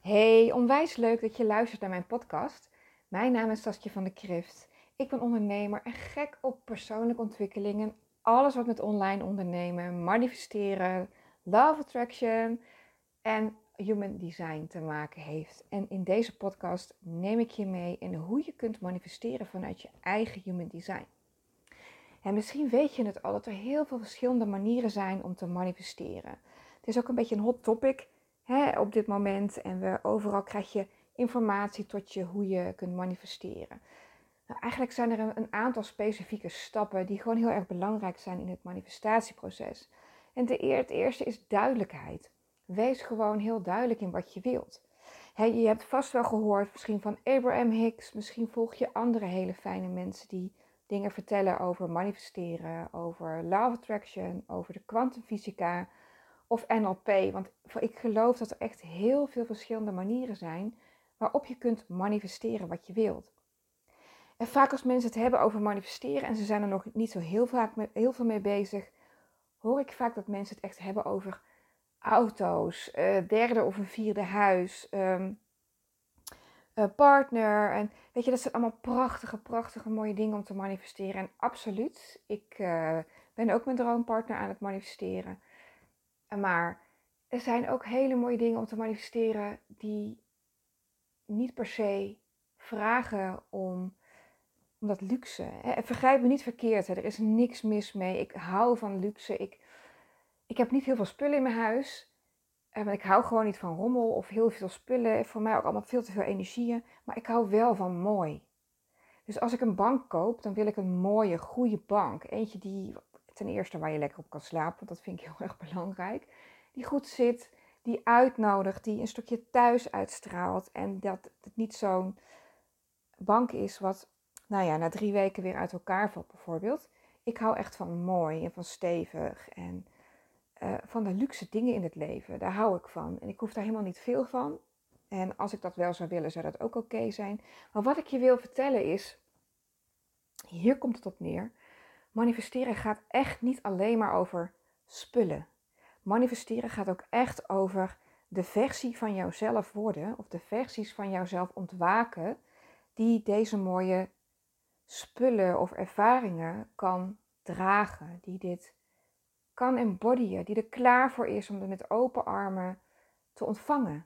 Hey, onwijs leuk dat je luistert naar mijn podcast. Mijn naam is Saskia van de Krift. Ik ben ondernemer en gek op persoonlijke ontwikkelingen. Alles wat met online ondernemen, manifesteren, love attraction en human design te maken heeft. En in deze podcast neem ik je mee in hoe je kunt manifesteren vanuit je eigen human design. En misschien weet je het al dat er heel veel verschillende manieren zijn om te manifesteren. Het is ook een beetje een hot topic op dit moment. En overal krijg je informatie tot je hoe je kunt manifesteren. Nou, eigenlijk zijn er een aantal specifieke stappen die gewoon heel erg belangrijk zijn in het manifestatieproces. En het eerste is duidelijkheid. Wees gewoon heel duidelijk in wat je wilt. Je hebt vast wel gehoord misschien van Abraham Hicks. Misschien volg je andere hele fijne mensen die dingen vertellen over manifesteren, over law of attraction, over de kwantumfysica of NLP. Want ik geloof dat er echt heel veel verschillende manieren zijn waarop je kunt manifesteren wat je wilt. En vaak als mensen het hebben over manifesteren en ze zijn er nog niet zo heel veel mee bezig, hoor ik vaak dat mensen het echt hebben over auto's, derde of een vierde huis, partner. En weet je, dat zijn allemaal prachtige mooie dingen om te manifesteren. En absoluut, ik ben ook mijn droompartner aan het manifesteren. Maar er zijn ook hele mooie dingen om te manifesteren die niet per se vragen om dat luxe. Hè. Vergrijp me niet verkeerd, hè. Er is niks mis mee. Ik hou van luxe. Ik heb niet heel veel spullen in mijn huis. Want ik hou gewoon niet van rommel of heel veel spullen. Voor mij ook allemaal veel te veel energieën. Maar ik hou wel van mooi. Dus als ik een bank koop, dan wil ik een mooie, goede bank. Eentje die ten eerste waar je lekker op kan slapen. Want dat vind ik heel erg belangrijk. Die goed zit, die uitnodigt, die een stukje thuis uitstraalt. En dat het niet zo'n bank is wat, na 3 weken weer uit elkaar valt bijvoorbeeld. Ik hou echt van mooi en van stevig en van de luxe dingen in het leven. Daar hou ik van. En ik hoef daar helemaal niet veel van. En als ik dat wel zou willen, zou dat ook oké zijn. Maar wat ik je wil vertellen is, hier komt het op neer. Manifesteren gaat echt niet alleen maar over spullen. Manifesteren gaat ook echt over de versie van jouzelf worden, of de versies van jouzelf ontwaken, die deze mooie spullen of ervaringen kan dragen, die dit kan embodyen, die er klaar voor is om het met open armen te ontvangen.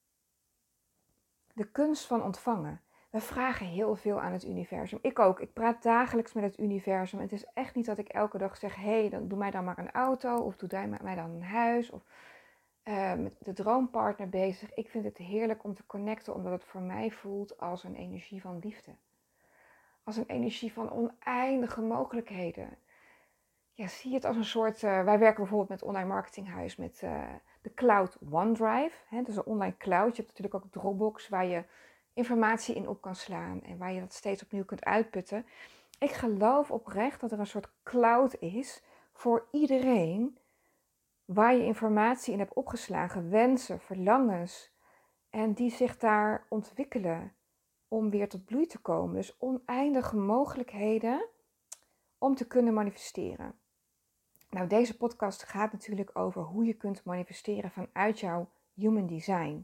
De kunst van ontvangen. We vragen heel veel aan het universum. Ik ook. Ik praat dagelijks met het universum. Het is echt niet dat ik elke dag zeg, dan doe mij dan maar een auto of doe mij dan een huis of met de droompartner bezig. Ik vind het heerlijk om te connecten, omdat het voor mij voelt als een energie van liefde. Als een energie van oneindige mogelijkheden. Ja, zie het als een soort, wij werken bijvoorbeeld met online marketinghuis met de cloud OneDrive. Dat is een online cloud. Je hebt natuurlijk ook Dropbox waar je informatie in op kan slaan en waar je dat steeds opnieuw kunt uitputten. Ik geloof oprecht dat er een soort cloud is voor iedereen waar je informatie in hebt opgeslagen, wensen, verlangens en die zich daar ontwikkelen om weer tot bloei te komen. Dus oneindige mogelijkheden om te kunnen manifesteren. Nou, deze podcast gaat natuurlijk over hoe je kunt manifesteren vanuit jouw human design.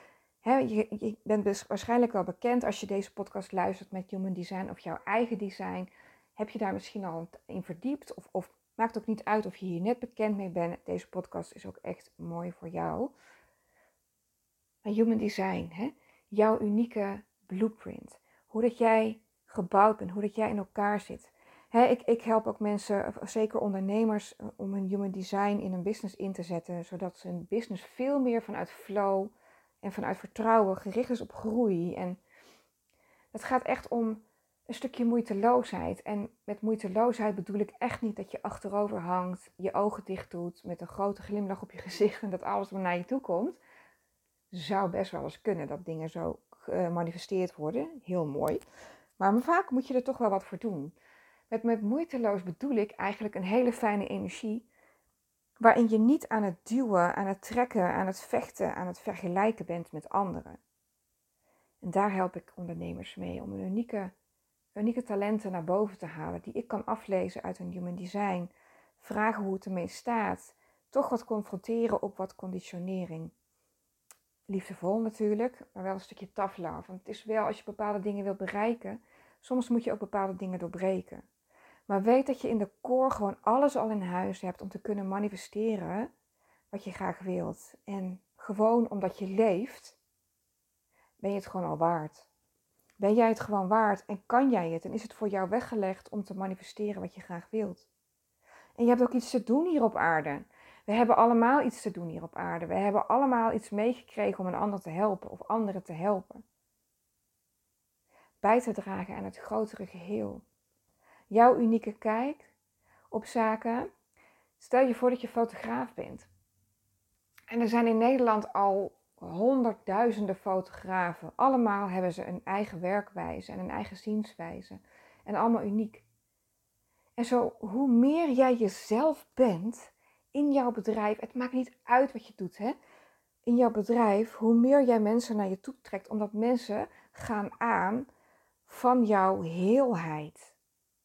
Je bent dus waarschijnlijk wel bekend als je deze podcast luistert met human design of jouw eigen design. Heb je daar misschien al in verdiept of maakt ook niet uit of je hier net bekend mee bent. Deze podcast is ook echt mooi voor jou. Maar human design, jouw unieke blueprint. Hoe dat jij gebouwd bent, hoe dat jij in elkaar zit. Ik help ook mensen, zeker ondernemers, om hun human design in een business in te zetten. Zodat hun business veel meer vanuit flow en vanuit vertrouwen gericht is op groei. En het gaat echt om een stukje moeiteloosheid. En met moeiteloosheid bedoel ik echt niet dat je achterover hangt, je ogen dicht doet, met een grote glimlach op je gezicht en dat alles maar naar je toe komt. Zou best wel eens kunnen dat dingen zo gemanifesteerd worden. Heel mooi. Maar vaak moet je er toch wel wat voor doen. Met moeiteloos bedoel ik eigenlijk een hele fijne energie waarin je niet aan het duwen, aan het trekken, aan het vechten, aan het vergelijken bent met anderen. En daar help ik ondernemers mee om hun unieke talenten naar boven te halen die ik kan aflezen uit hun human design. Vragen hoe het ermee staat. Toch wat confronteren op wat conditionering. liefdevol natuurlijk, maar wel een stukje tough love. Want het is wel, als je bepaalde dingen wilt bereiken, soms moet je ook bepaalde dingen doorbreken. Maar weet dat je in de core gewoon alles al in huis hebt om te kunnen manifesteren wat je graag wilt. En gewoon omdat je leeft, ben je het gewoon al waard. Ben jij het gewoon waard en kan jij het? En is het voor jou weggelegd om te manifesteren wat je graag wilt? En je hebt ook iets te doen hier op aarde. We hebben allemaal iets te doen hier op aarde. We hebben allemaal iets meegekregen om een ander te helpen of anderen te helpen. Bij te dragen aan het grotere geheel. Jouw unieke kijk op zaken. Stel je voor dat je fotograaf bent. En er zijn in Nederland al honderdduizenden fotografen. Allemaal hebben ze een eigen werkwijze en een eigen zienswijze. En allemaal uniek. En zo, hoe meer jij jezelf bent in jouw bedrijf, het maakt niet uit wat je doet, hè? In jouw bedrijf, hoe meer jij mensen naar je toe trekt, omdat mensen gaan aan van jouw heelheid.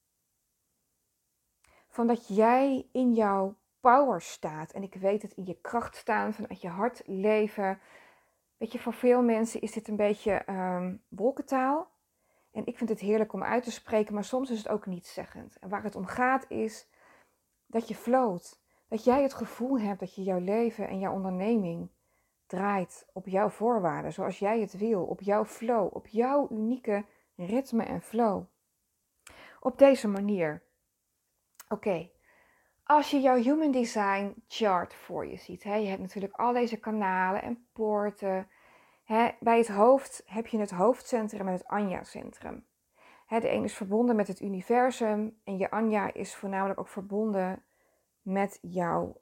Van dat jij in jouw power staat. En ik weet het, in je kracht staan, vanuit je hart leven. Weet je, voor veel mensen is dit een beetje wolkentaal. En ik vind het heerlijk om uit te spreken, maar soms is het ook nietszeggend. En waar het om gaat is dat je float. Dat jij het gevoel hebt dat je jouw leven en jouw onderneming draait op jouw voorwaarden. Zoals jij het wil, op jouw flow, op jouw unieke ritme en flow. Op deze manier. Oké. Als je jouw Human Design chart voor je ziet. Hè, je hebt natuurlijk al deze kanalen en poorten. Hè, bij het hoofd heb je het hoofdcentrum en het Anja-centrum. De een is verbonden met het universum en je Anja is voornamelijk ook verbonden met jouw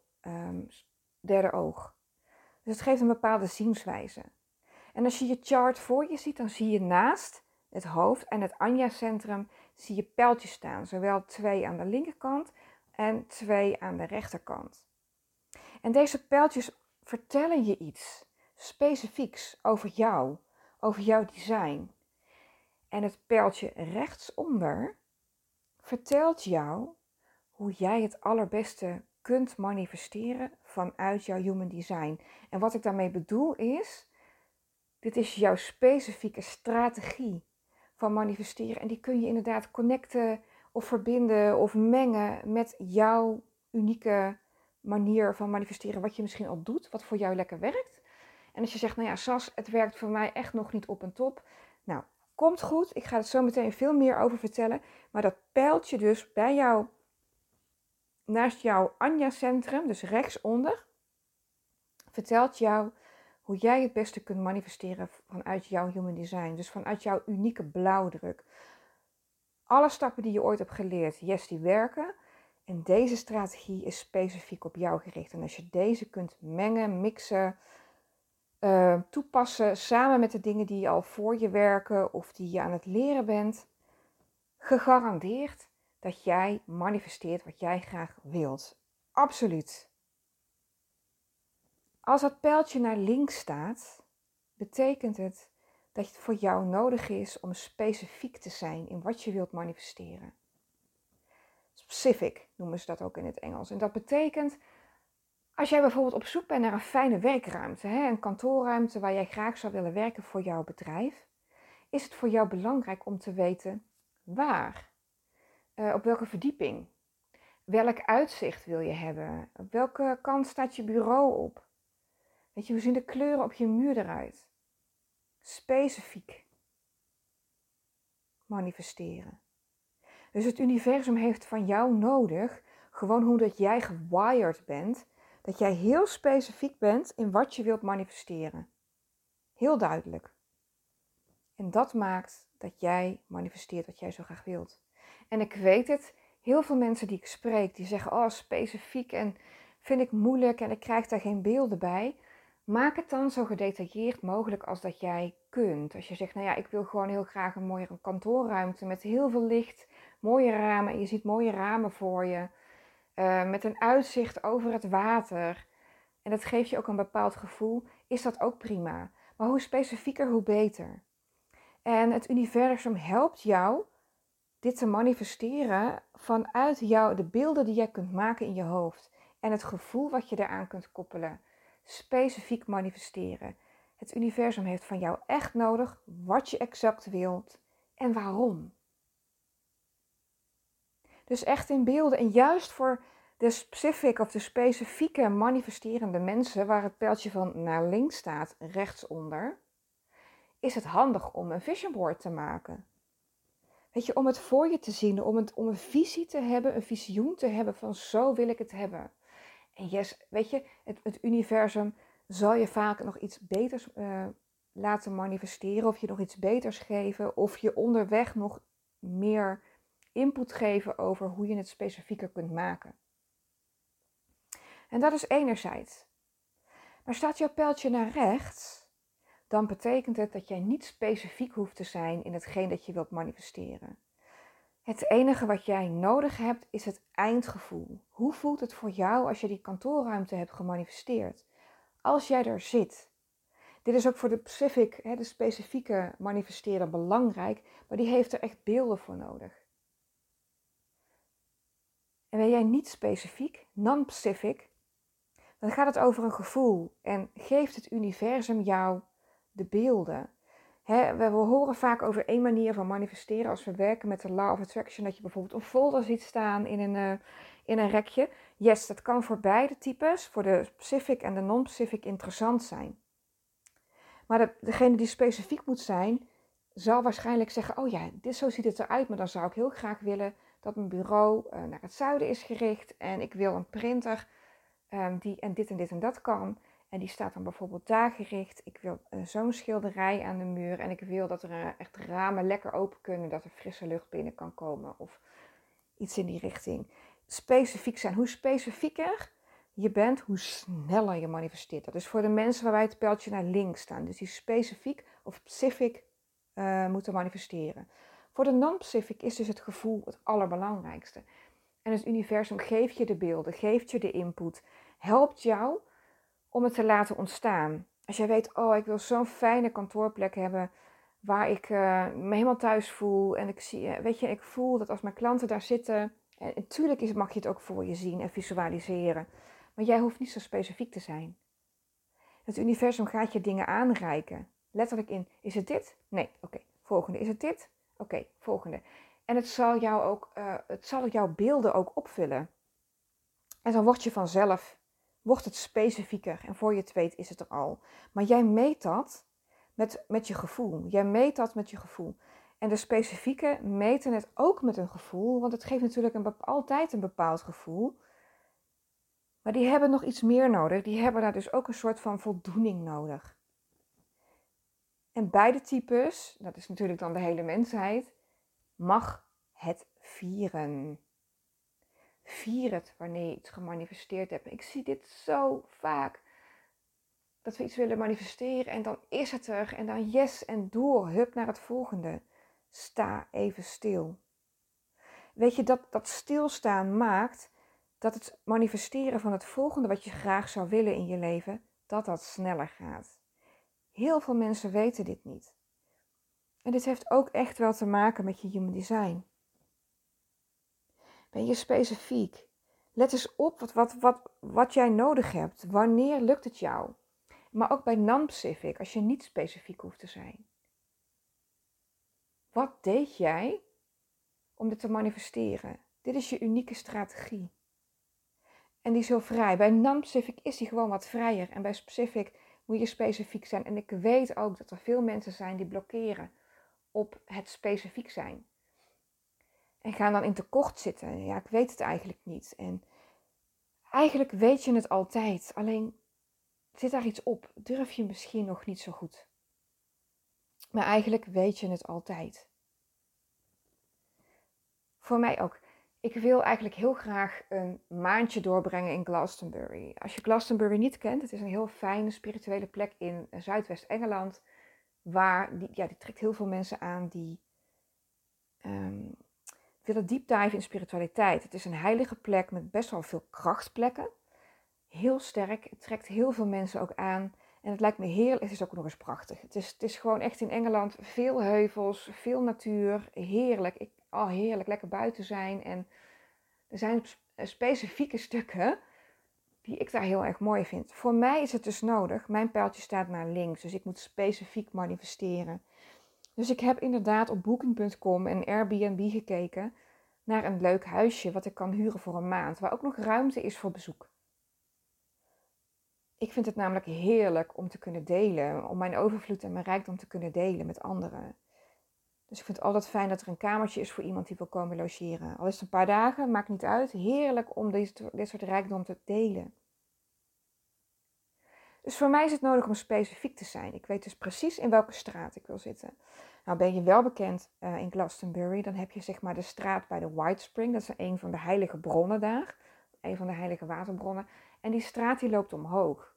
derde oog. Dus het geeft een bepaalde zienswijze. En als je je chart voor je ziet, dan zie je naast het hoofd en het Anja-centrum zie je pijltjes staan. Zowel 2 aan de linkerkant en 2 aan de rechterkant. En deze pijltjes vertellen je iets specifieks over jou, over jouw design. En het pijltje rechtsonder vertelt jou hoe jij het allerbeste kunt manifesteren vanuit jouw Human Design. En wat ik daarmee bedoel is, dit is jouw specifieke strategie van manifesteren. En die kun je inderdaad connecten of verbinden of mengen met jouw unieke manier van manifesteren. Wat je misschien al doet, wat voor jou lekker werkt. En als je zegt, nou ja, Sas, het werkt voor mij echt nog niet op en top. Nou, komt goed. Ik ga er zo meteen veel meer over vertellen. Maar dat pijltje dus bij jou, naast jouw Anja-centrum, dus rechtsonder, vertelt jou hoe jij het beste kunt manifesteren vanuit jouw Human Design. Dus vanuit jouw unieke blauwdruk. Alle stappen die je ooit hebt geleerd, yes, die werken. En deze strategie is specifiek op jou gericht. En als je deze kunt mengen, mixen, toepassen samen met de dingen die al voor je werken of die je aan het leren bent, gegarandeerd dat jij manifesteert wat jij graag wilt. Absoluut. Als dat pijltje naar links staat, betekent het dat het voor jou nodig is om specifiek te zijn in wat je wilt manifesteren. Specific noemen ze dat ook in het Engels. En dat betekent, als jij bijvoorbeeld op zoek bent naar een fijne werkruimte, een kantoorruimte waar jij graag zou willen werken voor jouw bedrijf, is het voor jou belangrijk om te weten waar, op welke verdieping, welk uitzicht wil je hebben, op welke kant staat je bureau op. Weet je, hoe zien de kleuren op je muur eruit? Specifiek manifesteren. Dus het universum heeft van jou nodig, gewoon hoe dat jij gewired bent, dat jij heel specifiek bent in wat je wilt manifesteren. Heel duidelijk. En dat maakt dat jij manifesteert wat jij zo graag wilt. En ik weet het, heel veel mensen die ik spreek, die zeggen, oh specifiek en vind ik moeilijk en ik krijg daar geen beelden bij. Maak het dan zo gedetailleerd mogelijk als dat jij kunt. Als je zegt, nou ja, ik wil gewoon heel graag een mooie kantoorruimte met heel veel licht, mooie ramen. En je ziet mooie ramen voor je, met een uitzicht over het water. En dat geeft je ook een bepaald gevoel. Is dat ook prima. Maar hoe specifieker, hoe beter. En het universum helpt jou dit te manifesteren vanuit de beelden die jij kunt maken in je hoofd. En het gevoel wat je eraan kunt koppelen. Specifiek manifesteren. Het universum heeft van jou echt nodig wat je exact wilt en waarom. Dus echt in beelden. En juist voor de specifieke manifesterende mensen, waar het pijltje van naar links staat, rechtsonder, is het handig om een vision board te maken. Weet je, om het voor je te zien, om een visie te hebben, een visioen te hebben van zo wil ik het hebben. En yes, weet je, het universum zal je vaak nog iets beters laten manifesteren, of je nog iets beters geven, of je onderweg nog meer input geven over hoe je het specifieker kunt maken. En dat is enerzijds. Maar staat jouw pijltje naar rechts, dan betekent het dat jij niet specifiek hoeft te zijn in hetgeen dat je wilt manifesteren. Het enige wat jij nodig hebt is het eindgevoel. Hoe voelt het voor jou als je die kantoorruimte hebt gemanifesteerd? Als jij er zit. Dit is ook voor de specifieke manifesteren belangrijk, maar die heeft er echt beelden voor nodig. En ben jij niet specifiek, non-specific, dan gaat het over een gevoel en geeft het universum jou de beelden. We horen vaak over één manier van manifesteren als we werken met de Law of Attraction, dat je bijvoorbeeld een folder ziet staan in een rekje. Yes, dat kan voor beide types, voor de specific en de non-specific, interessant zijn. Maar degene die specifiek moet zijn, zal waarschijnlijk zeggen, oh ja, zo ziet het eruit, maar dan zou ik heel graag willen dat mijn bureau naar het zuiden is gericht en ik wil een printer die en dit en dit en dat kan. En die staat dan bijvoorbeeld daar gericht. Ik wil zo'n schilderij aan de muur en ik wil dat er echt ramen lekker open kunnen, dat er frisse lucht binnen kan komen of iets in die richting. Specifiek zijn. Hoe specifieker je bent, hoe sneller je manifesteert. Dat is voor de mensen waarbij het pijltje naar links staan. Dus die specifiek of specific moeten manifesteren. Voor de non-specific is dus het gevoel het allerbelangrijkste. En het universum geeft je de beelden, geeft je de input, helpt jou om het te laten ontstaan. Als jij weet, oh, ik wil zo'n fijne kantoorplek hebben waar ik me helemaal thuis voel. En ik voel dat als mijn klanten daar zitten. En natuurlijk mag je het ook voor je zien en visualiseren. Maar jij hoeft niet zo specifiek te zijn. Het universum gaat je dingen aanreiken. Letterlijk in, is het dit? Nee, oké. Volgende, is het dit? Oké, volgende. En het zal jouw beelden ook opvullen. En dan wordt het specifieker. En voor je het weet is het er al. Maar jij meet dat met je gevoel. Jij meet dat met je gevoel. En de specifieke meten het ook met een gevoel. Want het geeft natuurlijk altijd een bepaald gevoel. Maar die hebben nog iets meer nodig. Die hebben daar dus ook een soort van voldoening nodig. En beide types, dat is natuurlijk dan de hele mensheid, mag het vieren. Vier het wanneer je iets gemanifesteerd hebt. Ik zie dit zo vaak. Dat we iets willen manifesteren en dan is het er. En dan yes en door. Hup naar het volgende. Sta even stil. Weet je, dat stilstaan maakt dat het manifesteren van het volgende wat je graag zou willen in je leven, dat sneller gaat. Heel veel mensen weten dit niet. En dit heeft ook echt wel te maken met je human design. Ben je specifiek? Let eens op wat jij nodig hebt. Wanneer lukt het jou? Maar ook bij non-specific, als je niet specifiek hoeft te zijn. Wat deed jij om dit te manifesteren? Dit is je unieke strategie. En die is heel vrij. Bij non-specific is die gewoon wat vrijer. En bij specific moet je specifiek zijn. En ik weet ook dat er veel mensen zijn die blokkeren op het specifiek zijn. En gaan dan in tekort zitten. Ja, ik weet het eigenlijk niet. En eigenlijk weet je het altijd. Alleen zit daar iets op? Durf je misschien nog niet zo goed. Maar eigenlijk weet je het altijd. Voor mij ook. Ik wil eigenlijk heel graag een maandje doorbrengen in Glastonbury. Als je Glastonbury niet kent, het is een heel fijne spirituele plek in Zuidwest-Engeland. Die trekt heel veel mensen aan die willen deep dive in spiritualiteit. Het is een heilige plek met best wel veel krachtplekken. Heel sterk, het trekt heel veel mensen ook aan. En het lijkt me heerlijk, het is ook nog eens prachtig. Het is gewoon echt in Engeland veel heuvels, veel natuur, heerlijk. Heerlijk, lekker buiten zijn. En er zijn specifieke stukken die ik daar heel erg mooi vind. Voor mij is het dus nodig, mijn pijltje staat naar links, dus ik moet specifiek manifesteren. Dus ik heb inderdaad op booking.com en Airbnb gekeken naar een leuk huisje wat ik kan huren voor een maand, waar ook nog ruimte is voor bezoek. Ik vind het namelijk heerlijk om te kunnen delen, om mijn overvloed en mijn rijkdom te kunnen delen met anderen. Dus ik vind het altijd fijn dat er een kamertje is voor iemand die wil komen logeren. Al is het een paar dagen, maakt niet uit. Heerlijk om dit soort rijkdom te delen. Dus voor mij is het nodig om specifiek te zijn. Ik weet dus precies in welke straat ik wil zitten. Nou, ben je wel bekend in Glastonbury, dan heb je zeg maar de straat bij de White Spring. Dat is een van de heilige bronnen daar. Een van de heilige waterbronnen. En die straat die loopt omhoog.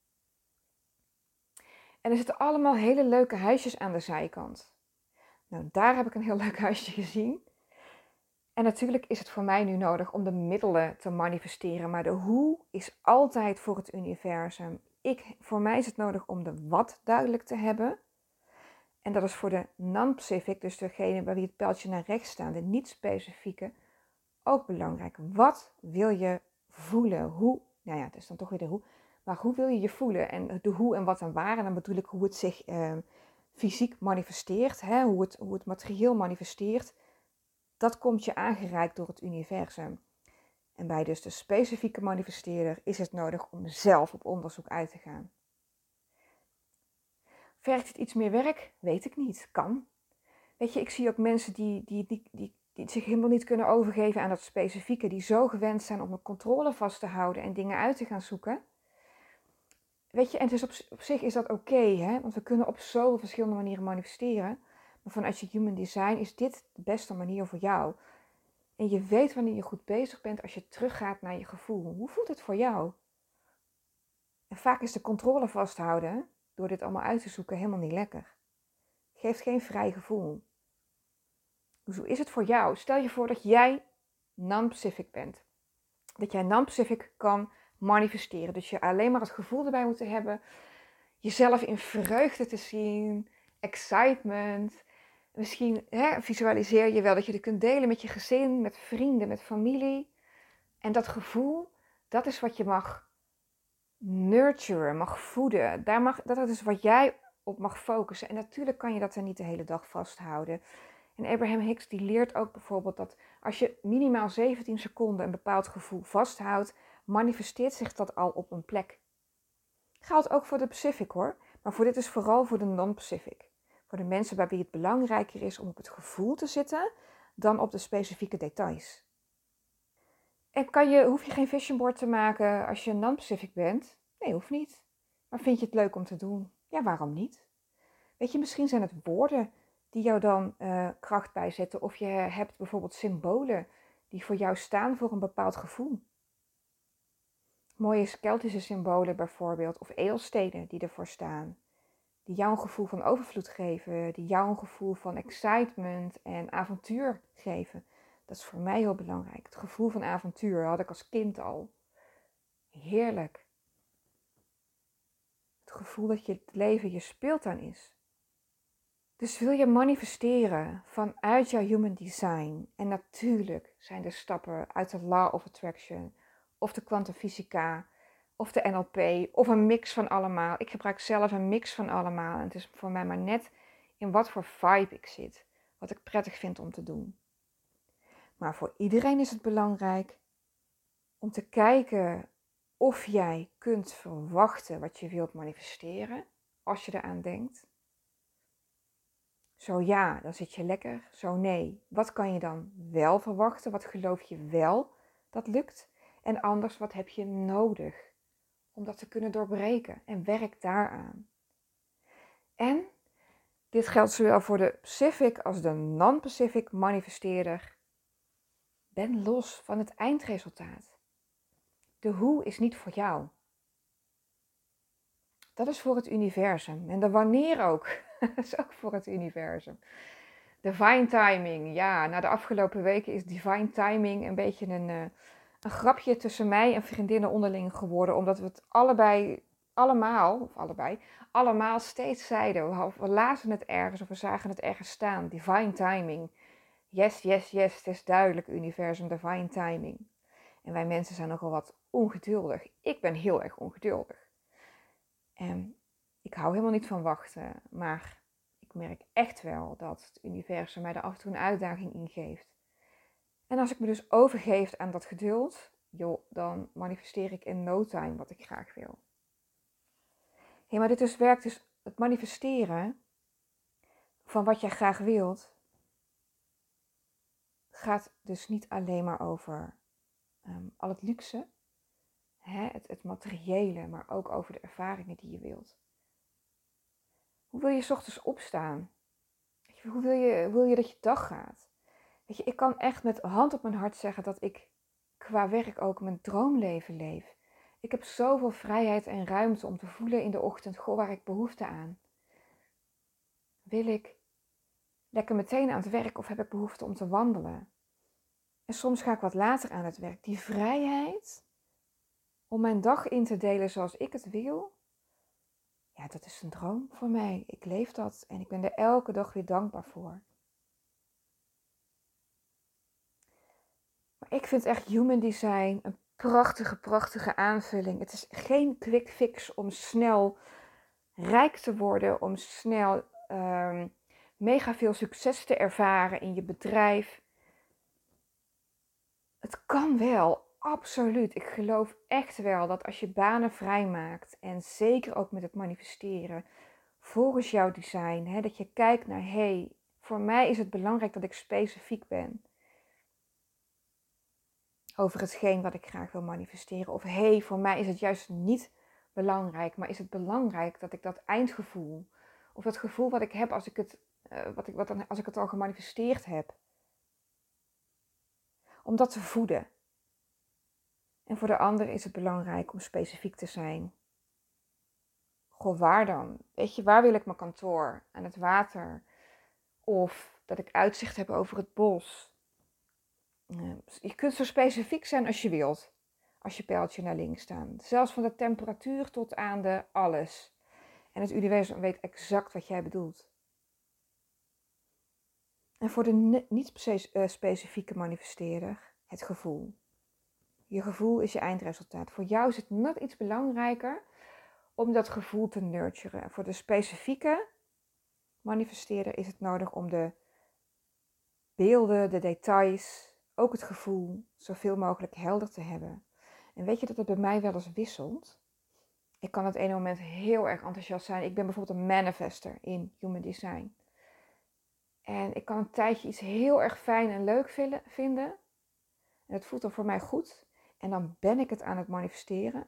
En er zitten allemaal hele leuke huisjes aan de zijkant. Nou, daar heb ik een heel leuk huisje gezien. En natuurlijk is het voor mij nu nodig om de middelen te manifesteren. Maar de hoe is altijd voor het universum. Voor mij is het nodig om de wat duidelijk te hebben. En dat is voor de non-specific, dus degene bij wie het pijltje naar rechts staat, de niet-specifieke, ook belangrijk. Wat wil je voelen? Hoe? Nou ja, het is dan toch weer de hoe. Maar hoe wil je je voelen? En de hoe en wat en waar. En dan bedoel ik hoe het zich fysiek manifesteert. Hè? Hoe het materieel manifesteert. Dat komt je aangereikt door het universum. En bij dus de specifieke manifesteerder is het nodig om zelf op onderzoek uit te gaan. Vergt het iets meer werk? Weet ik niet. Kan. Weet je, ik zie ook mensen die zich helemaal niet kunnen overgeven aan dat specifieke. Die zo gewend zijn om de controle vast te houden en dingen uit te gaan zoeken. Weet je, en dus op zich is dat oké, hè? Want we kunnen op zoveel verschillende manieren manifesteren. Maar vanuit je human design is dit de beste manier voor jou. En je weet wanneer je goed bezig bent als je teruggaat naar je gevoel. Hoe voelt het voor jou? En vaak is de controle vasthouden, door dit allemaal uit te zoeken, helemaal niet lekker. Geeft geen vrij gevoel. Dus hoe is het voor jou? Stel je voor dat jij non-specific bent. Dat jij non-specific kan manifesteren. Dus je alleen maar het gevoel erbij moet hebben. Jezelf in vreugde te zien. Excitement. Misschien visualiseer je wel dat je het kunt delen met je gezin, met vrienden, met familie. En dat gevoel, dat is wat je mag nurturen, mag voeden. Dat is wat jij op mag focussen. En natuurlijk kan je dat er niet de hele dag vasthouden. En Abraham Hicks die leert ook bijvoorbeeld dat als je minimaal 17 seconden een bepaald gevoel vasthoudt, manifesteert zich dat al op een plek. Geldt ook voor de Pacific hoor, maar dit is vooral voor de non-Pacific. Voor de mensen bij wie het belangrijker is om op het gevoel te zitten dan op de specifieke details. En hoef je geen vision board te maken als je non-Pacific bent? Nee, hoeft niet. Maar vind je het leuk om te doen? Ja, waarom niet? Weet je, misschien zijn het woorden die jou dan kracht bijzetten. Of je hebt bijvoorbeeld symbolen die voor jou staan voor een bepaald gevoel. Mooie Keltische symbolen bijvoorbeeld, of edelstenen die ervoor staan. Die jou een gevoel van overvloed geven, die jou een gevoel van excitement en avontuur geven. Dat is voor mij heel belangrijk. Het gevoel van avontuur had ik als kind al. Heerlijk. Het gevoel dat het leven je speeltuin is. Dus wil je manifesteren vanuit jouw human design. En natuurlijk zijn er stappen uit de Law of Attraction, of de kwantumfysica, of de NLP, of een mix van allemaal. Ik gebruik zelf een mix van allemaal. En het is voor mij maar net in wat voor vibe ik zit. Wat ik prettig vind om te doen. Maar voor iedereen is het belangrijk om te kijken of jij kunt verwachten wat je wilt manifesteren. Als je eraan denkt. Zo ja, dan zit je lekker. Zo nee, wat kan je dan wel verwachten? Wat geloof je wel dat lukt? En anders, wat heb je nodig om dat te kunnen doorbreken? En werk daaraan. En dit geldt zowel voor de Pacific als de non-Pacific manifesteerder. Ben los van het eindresultaat. De hoe is niet voor jou. Dat is voor het universum. En de wanneer ook. Dat is ook voor het universum. Divine timing. Ja, na de afgelopen weken is divine timing een beetje een grapje tussen mij en vriendinnen onderling geworden. Omdat we het allemaal steeds zeiden. We lazen het ergens of we zagen het ergens staan. Divine timing. Yes, yes, yes. Het is duidelijk, universum, divine timing. En wij mensen zijn nogal wat ongeduldig. Ik ben heel erg ongeduldig. En ik hou helemaal niet van wachten. Maar ik merk echt wel dat het universum mij daar af en toe een uitdaging in geeft. En als ik me dus overgeef aan dat geduld, dan manifesteer ik in no time wat ik graag wil. Maar dit dus werkt dus, het manifesteren van wat jij graag wilt, gaat dus niet alleen maar over al het luxe, het materiële, maar ook over de ervaringen die je wilt. Hoe wil je 's ochtends opstaan? Hoe wil je dat je dag gaat? Ik kan echt met hand op mijn hart zeggen dat ik qua werk ook mijn droomleven leef. Ik heb zoveel vrijheid en ruimte om te voelen in de ochtend, waar heb ik behoefte aan? Wil ik lekker meteen aan het werk of heb ik behoefte om te wandelen? En soms ga ik wat later aan het werk. Die vrijheid om mijn dag in te delen zoals ik het wil, ja, dat is een droom voor mij. Ik leef dat en ik ben er elke dag weer dankbaar voor. Maar ik vind echt human design een prachtige aanvulling. Het is geen quick fix om snel rijk te worden, om snel mega veel succes te ervaren in je bedrijf. Het kan wel, absoluut. Ik geloof echt wel dat als je banen vrijmaakt en zeker ook met het manifesteren volgens jouw design, dat je kijkt naar, voor mij is het belangrijk dat ik specifiek ben over hetgeen wat ik graag wil manifesteren. Of voor mij is het juist niet belangrijk, maar is het belangrijk dat ik dat eindgevoel, of dat gevoel wat ik heb als ik het al gemanifesteerd heb, om dat te voeden. En voor de ander is het belangrijk om specifiek te zijn. Waar dan? Weet je, waar wil ik mijn kantoor? Aan het water? Of dat ik uitzicht heb over het bos? Je kunt zo specifiek zijn als je wilt. Als je pijltje naar links staat. Zelfs van de temperatuur tot aan de alles. En het universum weet exact wat jij bedoelt. En voor de niet specifieke manifesteerder, het gevoel. Je gevoel is je eindresultaat. Voor jou is het net iets belangrijker om dat gevoel te nurturen. Voor de specifieke manifesteerder is het nodig om de beelden, de details, ook het gevoel, zoveel mogelijk helder te hebben. En weet je dat het bij mij wel eens wisselt? Ik kan op het ene moment heel erg enthousiast zijn. Ik ben bijvoorbeeld een manifester in Human Design. En ik kan een tijdje iets heel erg fijn en leuk vinden. En het voelt dan voor mij goed. En dan ben ik het aan het manifesteren.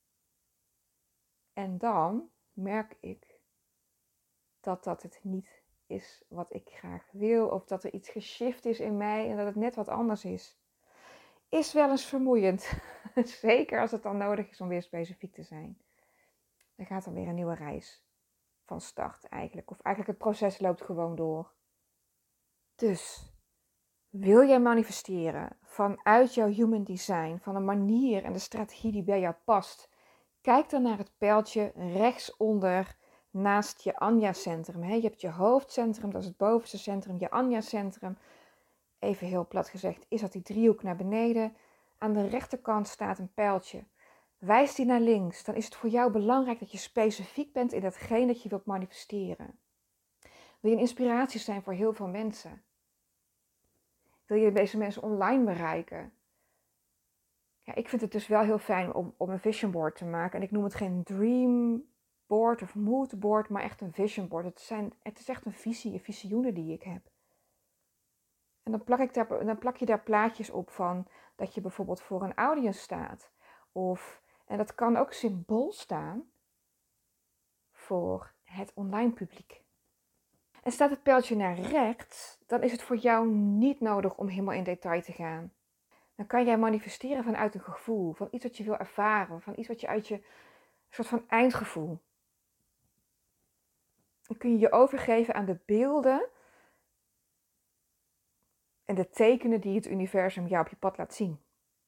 En dan merk ik dat het niet is wat ik graag wil. Of dat er iets geshift is in mij en dat het net wat anders is. Is wel eens vermoeiend. Zeker als het dan nodig is om weer specifiek te zijn. Dan gaat er weer een nieuwe reis van start eigenlijk. Of eigenlijk het proces loopt gewoon door. Dus wil jij manifesteren vanuit jouw human design, van een manier en de strategie die bij jou past? Kijk dan naar het pijltje rechtsonder naast je Anja-centrum. Je hebt je hoofdcentrum, dat is het bovenste centrum, je Anja-centrum. Even heel plat gezegd, is dat die driehoek naar beneden. Aan de rechterkant staat een pijltje. Wijst die naar links, dan is het voor jou belangrijk dat je specifiek bent in datgene dat je wilt manifesteren. Wil je een inspiratie zijn voor heel veel mensen? Wil je deze mensen online bereiken? Ja, ik vind het dus wel heel fijn om een vision board te maken. En ik noem het geen dream board of mood board, maar echt een vision board. Het is echt een visie, een visioenen die ik heb. En dan plak je daar plaatjes op van dat je bijvoorbeeld voor een audience staat. En dat kan ook symbool staan voor het online publiek. En staat het pijltje naar rechts, dan is het voor jou niet nodig om helemaal in detail te gaan. Dan kan jij manifesteren vanuit een gevoel, van iets wat je wil ervaren, van iets wat je uit je soort van eindgevoel. Dan kun je je overgeven aan de beelden en de tekenen die het universum jou op je pad laat zien.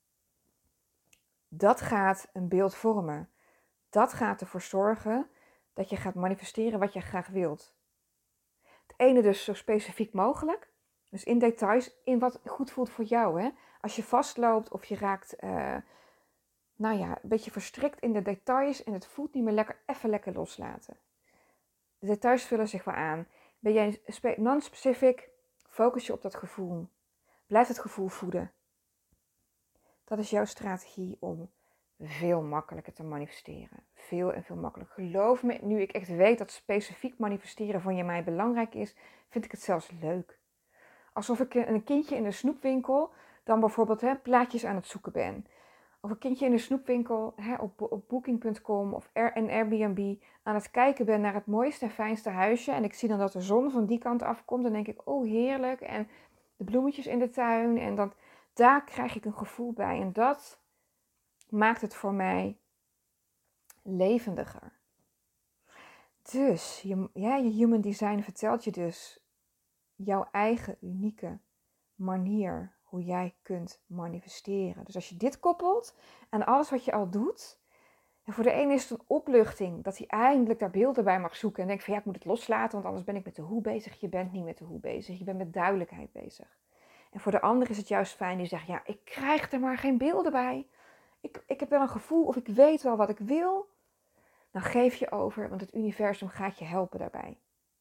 Dat gaat een beeld vormen. Dat gaat ervoor zorgen dat je gaat manifesteren wat je graag wilt. Het ene dus zo specifiek mogelijk. Dus in details, in wat goed voelt voor jou. Als je vastloopt of je raakt een beetje verstrikt in de details en het voelt niet meer even lekker loslaten. De details vullen zich wel aan. Ben jij non-specific, focus je op dat gevoel. Blijf het gevoel voeden. Dat is jouw strategie om veel makkelijker te manifesteren. Veel en veel makkelijker. Geloof me, nu ik echt weet dat specifiek manifesteren van je mij belangrijk is, vind ik het zelfs leuk. Alsof ik een kindje in de snoepwinkel dan bijvoorbeeld plaatjes aan het zoeken ben. Of een kindje in de snoepwinkel op booking.com of een Airbnb aan het kijken ben naar het mooiste en fijnste huisje. En ik zie dan dat de zon van die kant afkomt. Dan denk ik, oh heerlijk. En de bloemetjes in de tuin. En daar krijg ik een gevoel bij. En dat maakt het voor mij levendiger. Dus je human design vertelt je dus jouw eigen unieke manier hoe jij kunt manifesteren. Dus als je dit koppelt aan alles wat je al doet. En voor de ene is het een opluchting dat hij eindelijk daar beelden bij mag zoeken. En denkt van ik moet het loslaten, want anders ben ik met de hoe bezig. Je bent niet met de hoe bezig, je bent met duidelijkheid bezig. En voor de ander is het juist fijn die zegt ik krijg er maar geen beelden bij. Ik heb wel een gevoel of ik weet wel wat ik wil. Dan geef je over, want het universum gaat je helpen daarbij.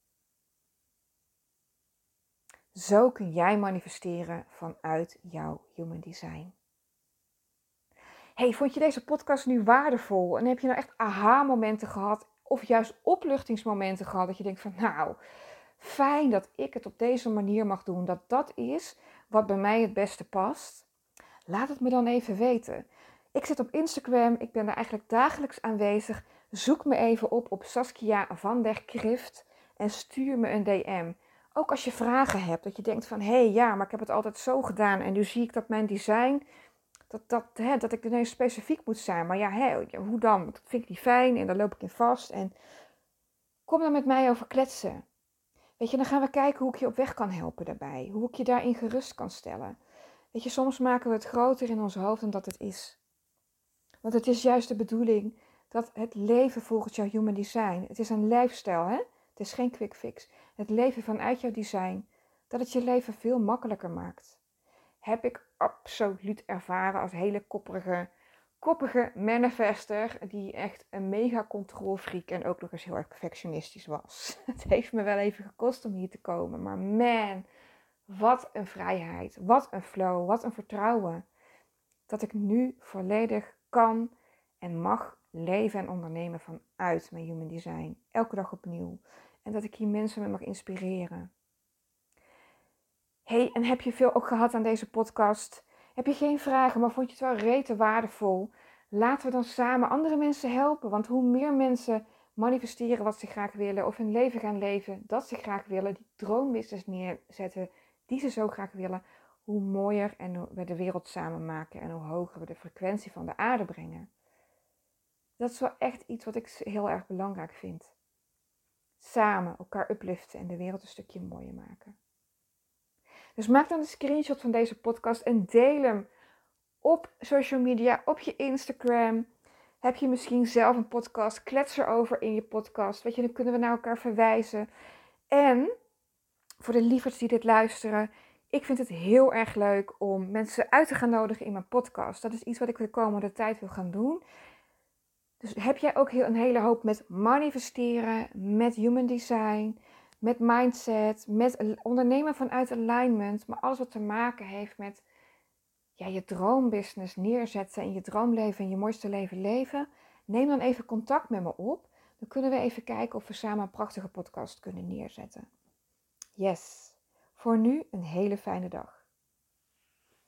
Zo kun jij manifesteren vanuit jouw human design. Hey, vond je deze podcast nu waardevol? En heb je nou echt aha-momenten gehad? Of juist opluchtingsmomenten gehad? Dat je denkt van fijn dat ik het op deze manier mag doen. Dat is wat bij mij het beste past. Laat het me dan even weten. Ik zit op Instagram. Ik ben daar eigenlijk dagelijks aanwezig. Zoek me even op Saskia van der Krift. En stuur me een DM. Ook als je vragen hebt. Dat je denkt van maar ik heb het altijd zo gedaan. En nu zie ik dat mijn design... Dat ik ineens specifiek moet zijn. Maar hoe dan? Dat vind ik niet fijn en daar loop ik in vast. En kom dan met mij over kletsen. Weet je, dan gaan we kijken hoe ik je op weg kan helpen daarbij. Hoe ik je daarin gerust kan stellen. Weet je, soms maken we het groter in ons hoofd dan dat het is. Want het is juist de bedoeling dat het leven volgens jouw human design. Het is een lifestyle, hè? Het is geen quick fix. Het leven vanuit jouw design. Dat het je leven veel makkelijker maakt. Heb ik absoluut ervaren als hele koppige manifester die echt een mega controlfreak en ook nog eens heel erg perfectionistisch was. Het heeft me wel even gekost om hier te komen, maar man, wat een vrijheid, wat een flow, wat een vertrouwen. Dat ik nu volledig kan en mag leven en ondernemen vanuit mijn human design. Elke dag opnieuw. En dat ik hier mensen mee mag inspireren. Hey, en heb je veel ook gehad aan deze podcast? Heb je geen vragen, maar vond je het wel rete waardevol? Laten we dan samen andere mensen helpen. Want hoe meer mensen manifesteren wat ze graag willen, of hun leven gaan leven dat ze graag willen, die droombusiness neerzetten die ze zo graag willen, hoe mooier en we de wereld samen maken en hoe hoger we de frequentie van de aarde brengen. Dat is wel echt iets wat ik heel erg belangrijk vind. Samen elkaar upliften en de wereld een stukje mooier maken. Dus maak dan een screenshot van deze podcast en deel hem op social media, op je Instagram. Heb je misschien zelf een podcast, klets erover in je podcast. Weet je, dan kunnen we naar elkaar verwijzen. En voor de lieverds die dit luisteren, ik vind het heel erg leuk om mensen uit te gaan nodigen in mijn podcast. Dat is iets wat ik de komende tijd wil gaan doen. Dus heb jij ook een hele hoop met manifesteren, met human design, met mindset, met ondernemen vanuit alignment, maar alles wat te maken heeft met je droombusiness neerzetten en je droomleven en je mooiste leven leven. Neem dan even contact met me op. Dan kunnen we even kijken of we samen een prachtige podcast kunnen neerzetten. Yes. Voor nu een hele fijne dag.